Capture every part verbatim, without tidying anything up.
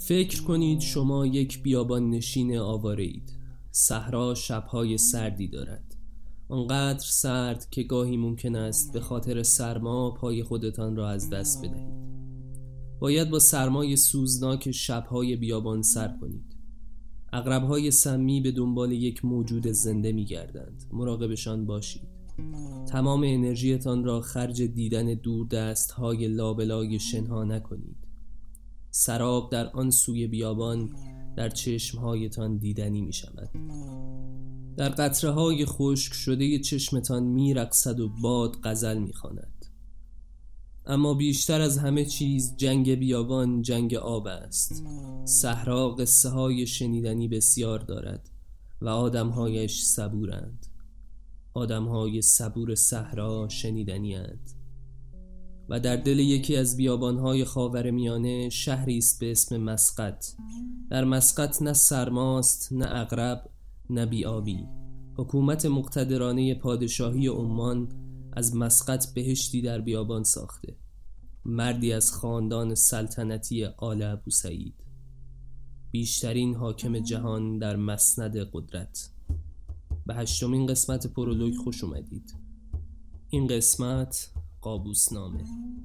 فکر کنید شما یک بیابان نشین آواره اید. صحرا شبهای سردی دارد، آنقدر سرد که گاهی ممکن است به خاطر سرما پای خودتان را از دست بدهید. باید با سرمای سوزناک شبهای بیابان سر کنید. عقرب‌های سمی به دنبال یک موجود زنده می‌گردند. مراقبشان باشید. تمام انرژیتان را خرج دیدن دوردست‌های لابلای شنها نکنید. سراب در آن سوی بیابان در چشمهایتان دیدنی می شود. در قطره های خشک شده چشمتان می رقصد و باد غزل می خواند. اما بیشتر از همه چیز جنگ بیابان جنگ آب است. صحرا قصه های شنیدنی بسیار دارد و آدمهایش صبورند. آدمهای صبور صحرا شنیدنی اند. و در دل یکی از بیابانهای خاورمیانه شهری است به اسم مسقط. در مسقط نه سرماست، نه عقرب، نه بیابی. حکومت مقتدرانه پادشاهی عمان از مسقط بهشتی در بیابان ساخته. مردی از خاندان سلطنتی آل ابوسعید، بیشترین حاکم جهان در مسند قدرت. به هشتمین قسمت پرولوگ خوش اومدید. این قسمت قابوس نامه.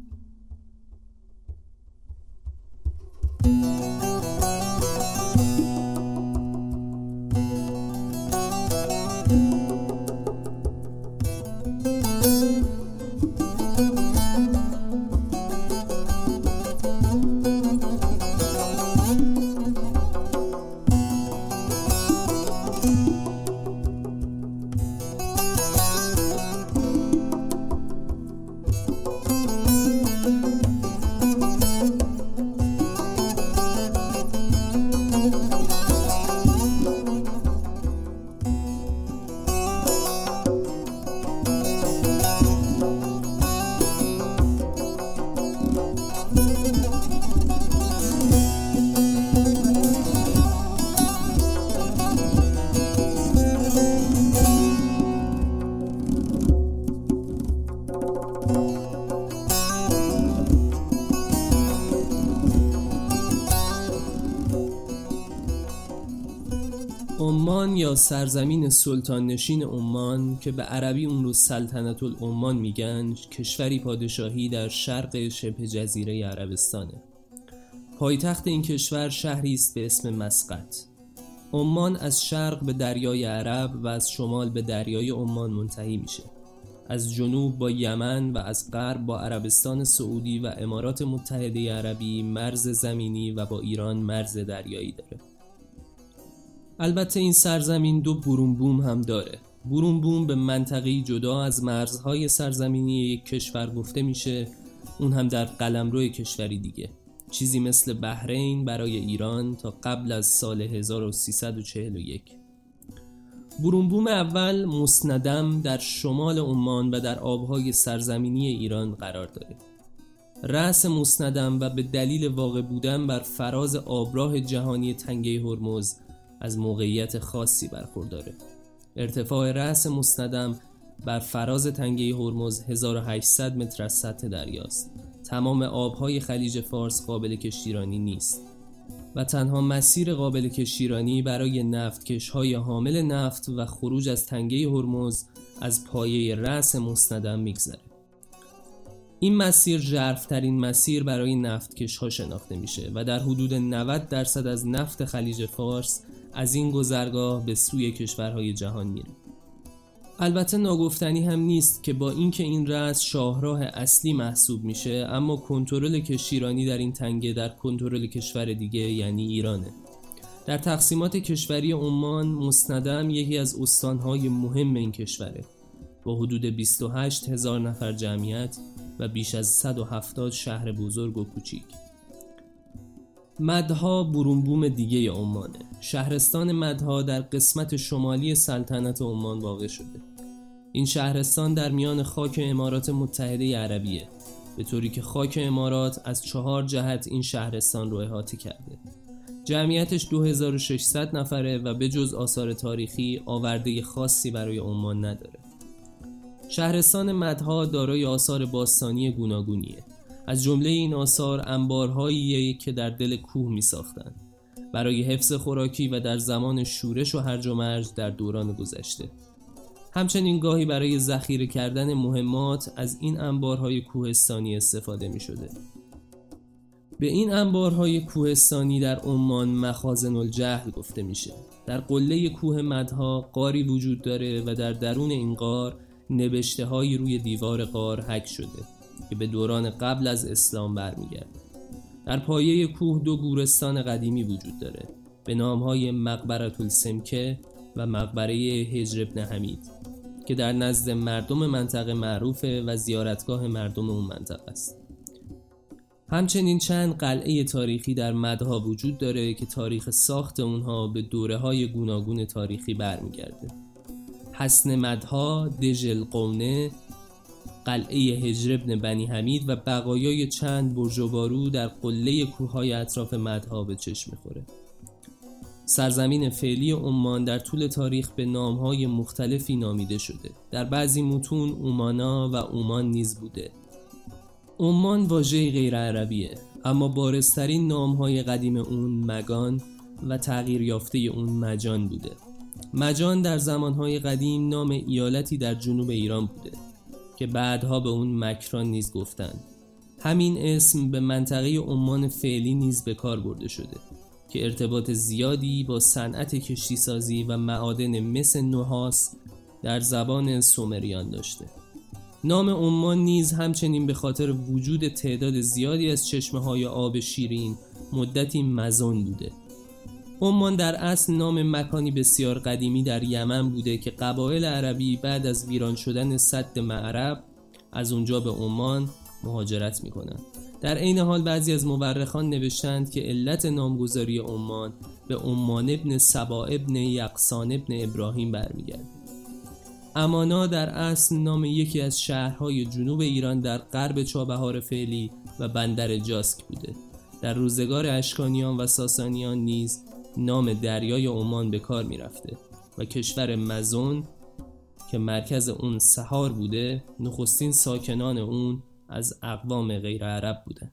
عمان یا سرزمین سلطان نشین عمان که به عربی اون رو سلطنت العمان میگن، کشوری پادشاهی در شرق شبه جزیره عربستانه. پایتخت این کشور شهری است به اسم مسقط. عمان از شرق به دریای عرب و از شمال به دریای عمان منتهی میشه. از جنوب با یمن و از غرب با عربستان سعودی و امارات متحده عربی مرز زمینی و با ایران مرز دریایی داره. البته این سرزمین دو برونبوم هم داره. برونبوم به منطقه‌ای جدا از مرزهای سرزمینی یک کشور گفته میشه، اون هم در قلمرو کشوری دیگه. چیزی مثل بحرین برای ایران تا قبل از سال هزار و سیصد و چهل و یک. برونبوم اول مسندم در شمال عمان و در آبهای سرزمینی ایران قرار داره. رأس مسندم و به دلیل واقع بودن بر فراز آبراه جهانی تنگه هرمز از موقعیت خاصی برخورداره. ارتفاع رأس مسندم بر فراز تنگه هرمز هزار و هشتصد متر از سطح دریاست. تمام آبهای خلیج فارس قابل کشتیرانی نیست و تنها مسیر قابل کشتیرانی برای نفتکش‌های حامل نفت و خروج از تنگه هرمز از پایه رأس مسندم میگذره. این مسیر ژرف‌ترین مسیر برای نفتکش‌ها شناخته میشه و در حدود نود درصد از نفت خلیج فارس از این گذرگاه به سوی کشورهای جهان میره. البته ناگفتنی هم نیست که با اینکه این رأس شاهراه اصلی محسوب میشه، اما کنترل کشتیرانی در این تنگه در کنترل کشور دیگه یعنی ایرانه. در تقسیمات کشوری عمان مسندم یکی از استانهای مهم این کشوره با حدود بیست و هشت هزار نفر جمعیت و بیش از صد و هفتاد شهر بزرگ و کوچیک. مدها برونبوم دیگه عمانه. شهرستان مدها در قسمت شمالی سلطنت عمان واقع شده. این شهرستان در میان خاک امارات متحده عربیه، به طوری که خاک امارات از چهار جهت این شهرستان رو احاطه کرده. جمعیتش دو هزار و ششصد نفره و به جز آثار تاریخی آورده خاصی برای عمان نداره. شهرستان مدها دارای آثار باستانی گوناگونیه. از جمله این آثار انبارهایی که در دل کوه می ساختند برای حفظ خوراکی و در زمان شورش و هرج و مرج در دوران گذشته. همچنین گاهی برای ذخیره کردن مهمات از این انبارهای کوهستانی استفاده می شده. به این انبارهای کوهستانی در عمان مخازن الجهل گفته میشه. در قله کوه مدها غاری وجود داره و در درون این غار نبشته هایی روی دیوار غار حک شده که به دوران قبل از اسلام برمیگرده. در پایه کوه دو گورستان قدیمی وجود داره به نامهای مقبره السمکه و مقبره هجر ابن حمید که در نزد مردم منطقه معروفه و زیارتگاه مردم اون منطقه است. همچنین چند قلعه تاریخی در مدها وجود داره که تاریخ ساخت اونها به دوره‌های گوناگون تاریخی برمیگرده. حصن مدها، دژ القونه، قلعه هجر ابن بنی حمید و بقایای چند برج و بارو در قله کوههای اطراف مدها به چشم می‌خوره. سرزمین فعلی عمان در طول تاریخ به نام‌های مختلفی نامیده شده. در بعضی متون اومانا و اومان نیز بوده. عمان واژه غیر عربیه، اما بارزترین نام‌های قدیم اون مگان و تغییر یافته اون مجان بوده. مجان در زمانهای قدیم نام ایالتی در جنوب ایران بوده که بعدها به اون مکران نیز گفتند. همین اسم به منطقه عمان فعلی نیز به کار برده شده که ارتباط زیادی با صنعت کشتیسازی و معادن مس نحاس در زبان سومریان داشته. نام عمان نیز همچنین به خاطر وجود تعداد زیادی از چشمه‌های آب شیرین مدتی مزون بوده. عمان در اصل نام مکانی بسیار قدیمی در یمن بوده که قبایل عربی بعد از ویران شدن سد مأرب از اونجا به عمان مهاجرت می‌کنند. در عین حال بعضی از مورخان نوشتند که علت نامگذاری عمان به عمان ابن سبا ابن یقسان ابن ابراهیم برمیگرده. امانا در اصل نام یکی از شهرهای جنوب ایران در غرب چابهار فعلی و بندر جاسک بوده. در روزگار اشکانیان و ساسانیان نیز نام دریای عمان به کار می رفته و کشور مزون که مرکز اون سحار بوده نخستین ساکنان اون از اقوام غیر عرب بوده.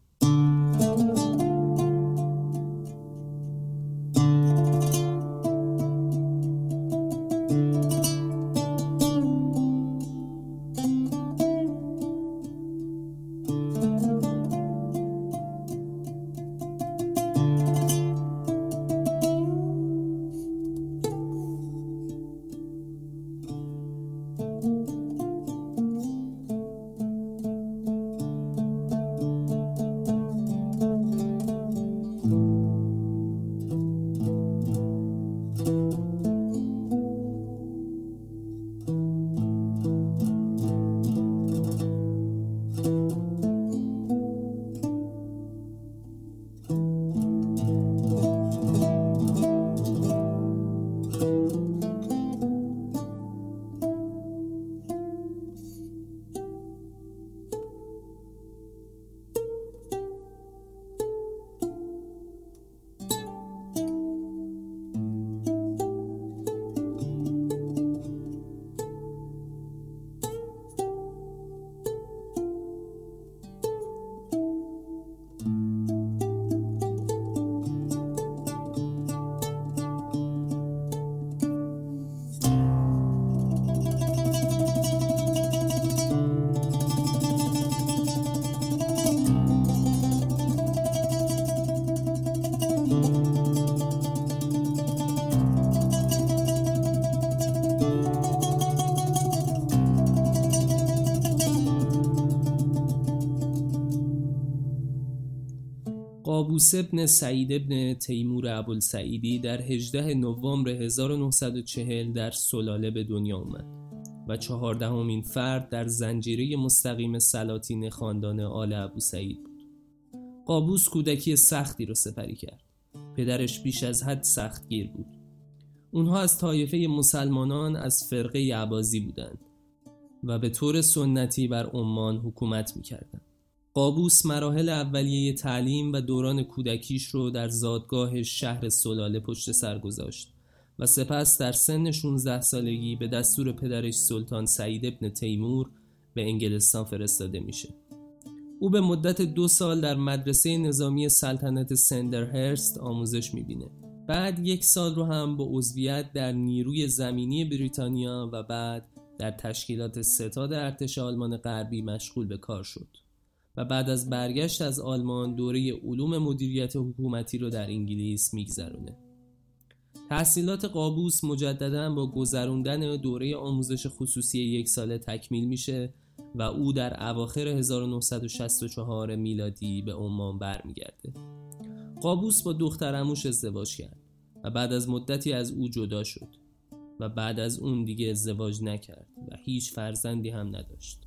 قابوس ابن سعید ابن تیمور ابوالسعیدی در هجدهم نوامبر هزار و نهصد و چهل در سلاله به دنیا آمد و چهاردهمین فرد در زنجیره مستقیم سلاطین خاندان آل ابوسعید بود. قابوس کودکی سختی را سپری کرد. پدرش بیش از حد سختگیر بود. اونها از طایفه مسلمانان از فرقه عبازی بودند و به طور سنتی بر عمان حکومت می‌کردند. قابوس مراحل اولیه تعلیم و دوران کودکیش رو در زادگاه شهر سلاله پشت سر گذاشت و سپس در سن شانزده سالگی به دستور پدرش سلطان سعید ابن تیمور به انگلستان فرستاده میشه. او به مدت دو سال در مدرسه نظامی سلطنت سندرهرست آموزش می‌بینه. بعد یک سال رو هم با عضویت در نیروی زمینی بریتانیا و بعد در تشکیلات ستاد ارتش آلمان غربی مشغول به کار شد و بعد از برگشت از آلمان دوره علوم مدیریت حکومتی رو در انگلیس میگذرونه. تحصیلات قابوس مجدداً با گذروندن دوره آموزش خصوصی یک ساله تکمیل میشه و او در اواخر هزار و نهصد و شصت و چهار میلادی به عمان برمیگرده. قابوس با دخترعموش ازدواج کرد و بعد از مدتی از او جدا شد و بعد از اون دیگه ازدواج نکرد و هیچ فرزندی هم نداشت.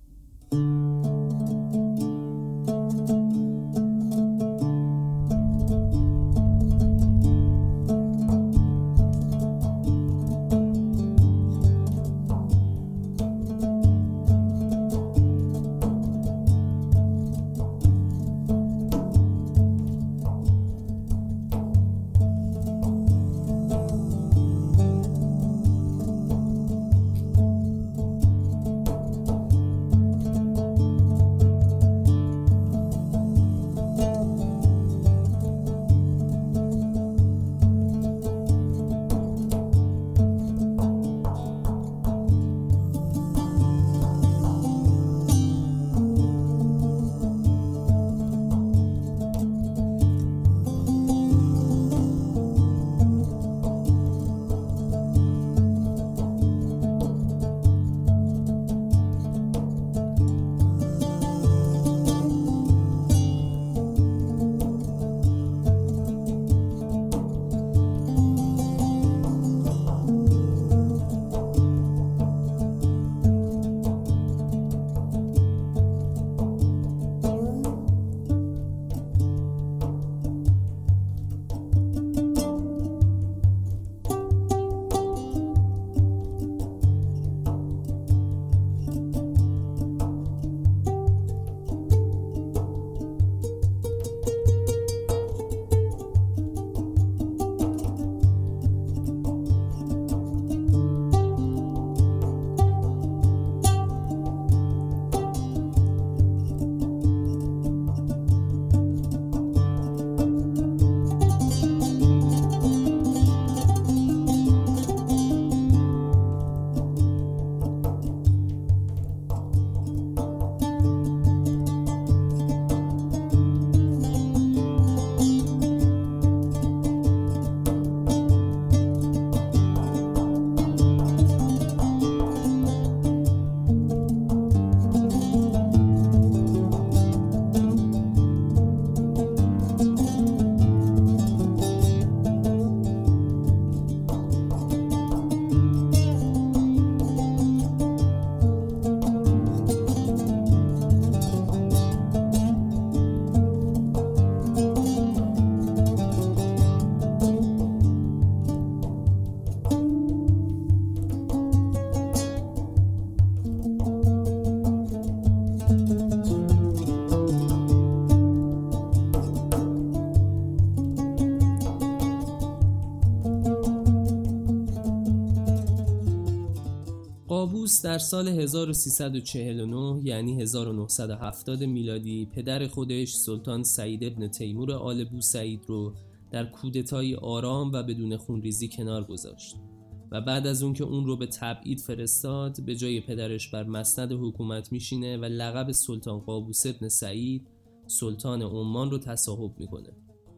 قابوس در سال هزار و سیصد و چهل و نه یعنی هزار و نهصد و هفتاد میلادی پدر خودش سلطان سعید ابن تیمور آل بوسعید رو در کودتای آرام و بدون خونریزی کنار گذاشت و بعد از اون که اون رو به تبعید فرستاد به جای پدرش بر مسند حکومت میشینه و لقب سلطان قابوس ابن سعید سلطان عمان رو تصاحب میکنه.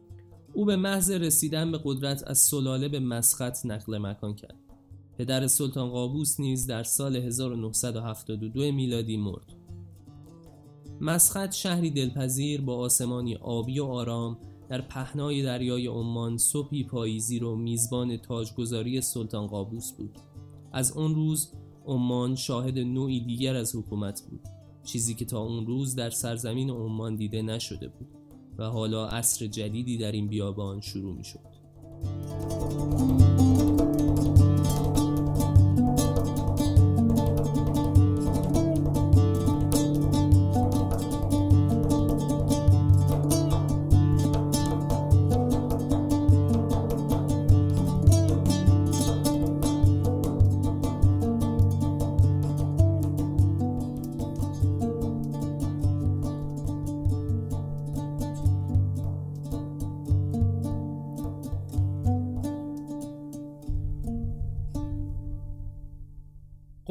او به محض رسیدن به قدرت از سلاله به مسقط نقل مکان کرد. پدر سلطان قابوس نیز در سال هزار و نهصد و هفتاد و دو میلادی مرد. مسقط شهری دلپذیر با آسمانی آبی و آرام در پهنای دریای عمان صبحی پاییزی رو میزبان تاجگذاری سلطان قابوس بود. از اون روز عمان شاهد نوعی دیگر از حکومت بود، چیزی که تا اون روز در سرزمین عمان دیده نشده بود و حالا عصر جدیدی در این بیابان شروع می شد.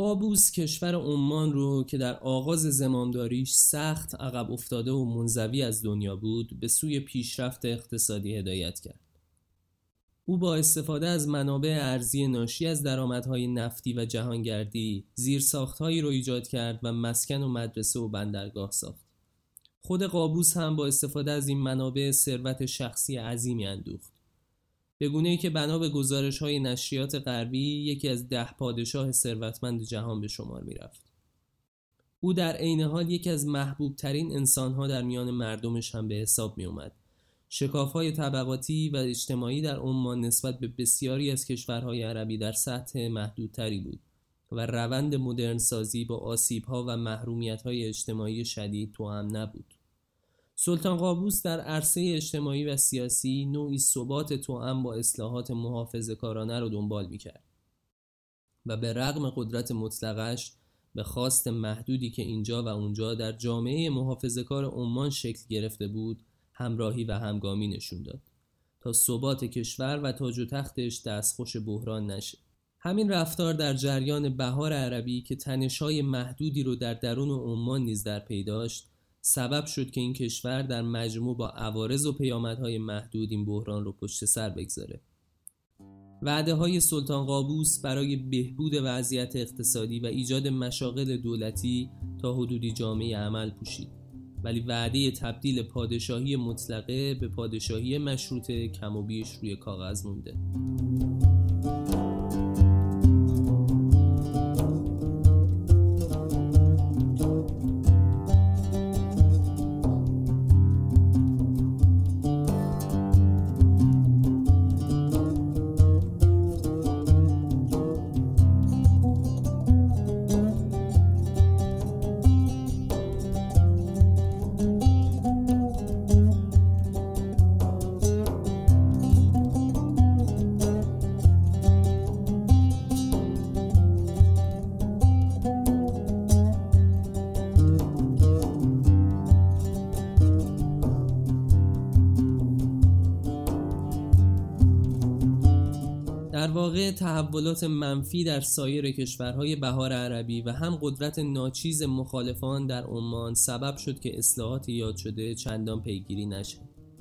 قابوس کشور عمان رو که در آغاز زمامداریش سخت عقب افتاده و منزوی از دنیا بود به سوی پیشرفت اقتصادی هدایت کرد. او با استفاده از منابع ارضی ناشی از درآمدهای نفتی و جهانگردی زیرساختهایی رو ایجاد کرد و مسکن و مدرسه و بندرگاه ساخت. خود قابوس هم با استفاده از این منابع ثروت شخصی عظیمی اندوخت. به گونه‌ای که بنا به گزارش‌های نشریات غربی یکی از ده پادشاه ثروتمند جهان به شمار می‌رفت. او در عین حال یکی از محبوب‌ترین انسان‌ها در میان مردمش هم به حساب می‌آمد. شکاف‌های طبقاتی و اجتماعی در عمان نسبت به بسیاری از کشورهای عربی در سطح محدودتری بود و روند مدرن سازی با آسیب‌ها و محرومیت‌های اجتماعی شدید توأم نبود. سلطان قابوس در عرصه اجتماعی و سیاسی نوعی ثبات توأم با اصلاحات محافظه‌کارانه را دنبال می‌کرد و به رغم قدرت مطلقش به خواست محدودی که اینجا و اونجا در جامعه محافظه‌کار عمان شکل گرفته بود همراهی و همگامی نشون داد تا ثبات کشور و تاج و تختش دستخوش بحران نشه. همین رفتار در جریان بهار عربی که تنش‌های محدودی رو در درون عمان نیز در پی داشت سبب شد که این کشور در مجموع با عوارض و پیامدهای محدود این بحران رو پشت سر بگذاره. وعده‌های سلطان قابوس برای بهبود وضعیت اقتصادی و ایجاد مشاغل دولتی تا حدودی جامعه عمل پوشید، ولی وعده تبدیل پادشاهی مطلقه به پادشاهی مشروطه کم و بیش روی کاغذ مونده. در واقع تحولات منفی در سایر کشورهای بهار عربی و هم قدرت ناچیز مخالفان در عمان سبب شد که اصلاحات یاد شده چندان پیگیری نشه.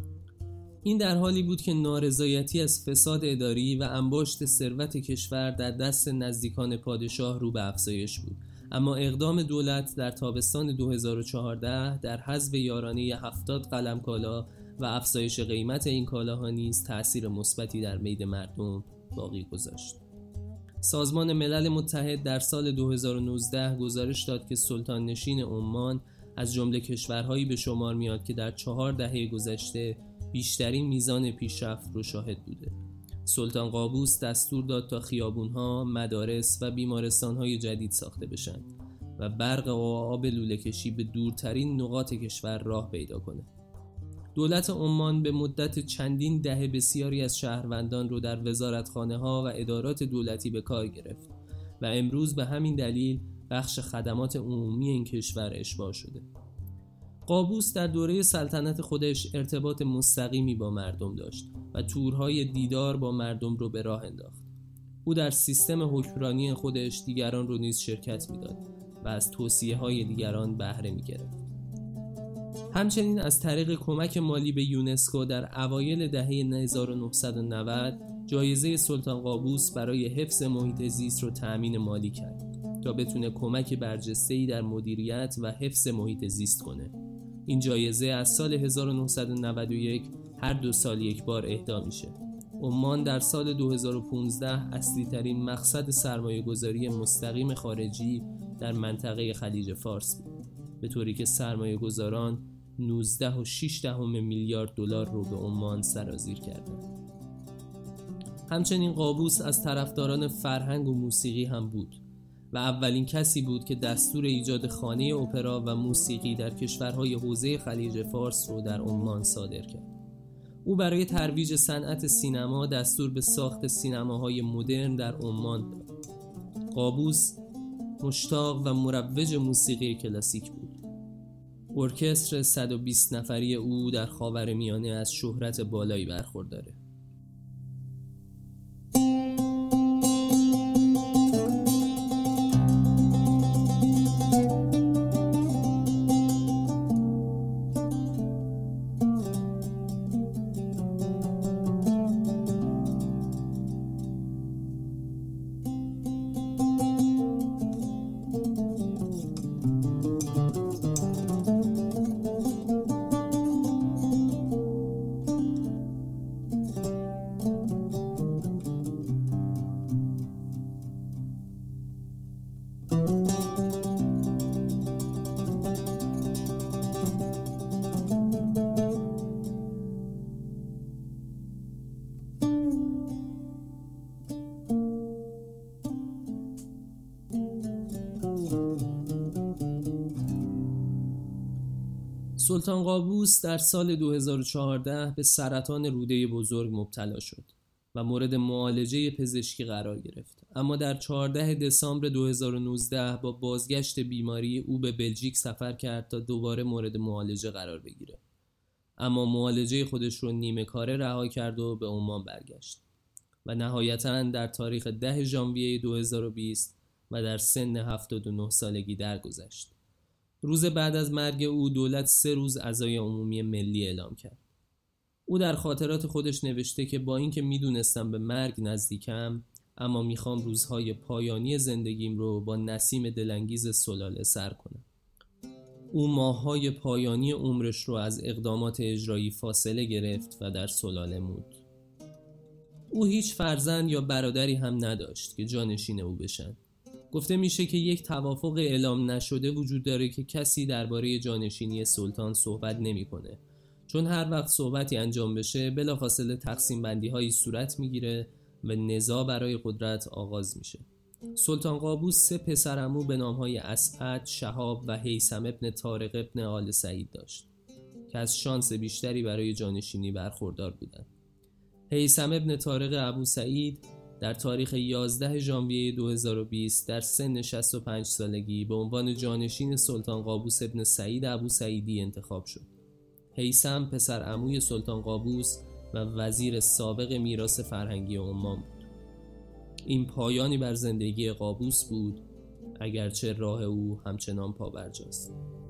این در حالی بود که نارضایتی از فساد اداری و انباشت ثروت کشور در دست نزدیکان پادشاه رو به افزایش بود، اما اقدام دولت در تابستان دو هزار و چهارده در حذف یارانه هفتاد قلم کالا و افزایش قیمت این کالاها نیز تأثیر مثبتی در میل مردم باقی گذاشت. سازمان ملل متحد در سال دو هزار و نوزده گزارش داد که سلطان نشین عمان از جمله کشورهایی به شمار میاد که در چهار دهه گذشته بیشترین میزان پیشرفت رو شاهد بوده. سلطان قابوس دستور داد تا خیابونها، مدارس و بیمارستانهای جدید ساخته بشن و برق و آب لوله کشی به دورترین نقاط کشور راه پیدا کنه. دولت عمان به مدت چندین دهه بسیاری از شهروندان رو در وزارتخانه‌ها و ادارات دولتی به کار گرفت و امروز به همین دلیل بخش خدمات عمومی این کشور اشباع شده. قابوس در دوره سلطنت خودش ارتباط مستقیمی با مردم داشت و تورهای دیدار با مردم رو به راه انداخت. او در سیستم حکمرانی خودش دیگران رو نیز شرکت میداد و از توصیه‌های دیگران بهره می‌گرفت. همچنین از طریق کمک مالی به یونسکو در اوایل دهه هزار و نهصد و نود جایزه سلطان قابوس برای حفظ محیط زیست رو تأمین مالی کرد تا بتونه کمک برجسته‌ای در مدیریت و حفظ محیط زیست کنه. این جایزه از سال هزار و نهصد و نود و یک هر دو سال یک بار اهدا میشه. عمان در سال دو هزار و پانزده اصلی ترین مقصد سرمایه گذاری مستقیم خارجی در منطقه خلیج فارس بود، به طوری که سرمایه گذاران نوزده و شش دهم میلیارد دلار رو به عمان سرازیر کردند. همچنین قابوس از طرفداران فرهنگ و موسیقی هم بود و اولین کسی بود که دستور ایجاد خانه اپرا و موسیقی در کشورهای حوزه خلیج فارس رو در عمان صادر کرد. او برای ترویج صنعت سینما دستور به ساخت سینماهای مدرن در عمان داد. قابوس مشتاق و مروج موسیقی کلاسیک بود. ارکستر صد و بیست نفری او در خاورمیانه از شهرت بالایی برخورداره. سلطان قابوس در سال دو هزار و چهارده به سرطان روده بزرگ مبتلا شد و مورد معالجه پزشکی قرار گرفت، اما در چهاردهم دسامبر دو هزار و نوزده با بازگشت بیماری او به بلژیک سفر کرد تا دوباره مورد معالجه قرار بگیره، اما معالجه خودش رو نیمه کاره رها کرد و به عمان برگشت و نهایتاً در تاریخ ده ژانویه دو هزار و بیست و در سن هفتاد و نه سالگی درگذشت. روز بعد از مرگ او دولت سه روز عزای عمومی ملی اعلام کرد. او در خاطرات خودش نوشته که با اینکه میدونستم به مرگ نزدیکم، اما میخوام روزهای پایانی زندگیم رو با نسیم دلانگیز سلاله سر کنم. او ماههای پایانی عمرش رو از اقدامات اجرایی فاصله گرفت و در سلاله موند. او هیچ فرزند یا برادری هم نداشت که جانشین او بشن. گفته میشه که یک توافق اعلام نشده وجود داره که کسی درباره جانشینی سلطان صحبت نمیکنه، چون هر وقت صحبتی انجام بشه بلافاصله تقسیم بندی هایی صورت میگیره و نزاع برای قدرت آغاز میشه. سلطان قابوس سه پسرعمو به نامهای اسعد، شهاب و هیثم ابن طارق ابن آل سعید داشت که از شانس بیشتری برای جانشینی برخوردار بودند. هیثم ابن طارق ابو سعید در تاریخ یازده ژانویه دو هزار و بیست در سن شصت و پنج سالگی به عنوان جانشین سلطان قابوس ابن سعید ابو سعیدی انتخاب شد. هیثم پسر عموی سلطان قابوس و وزیر سابق میراث فرهنگی عمان بود. این پایانی بر زندگی قابوس بود، اگرچه راه او همچنان پابرجاست.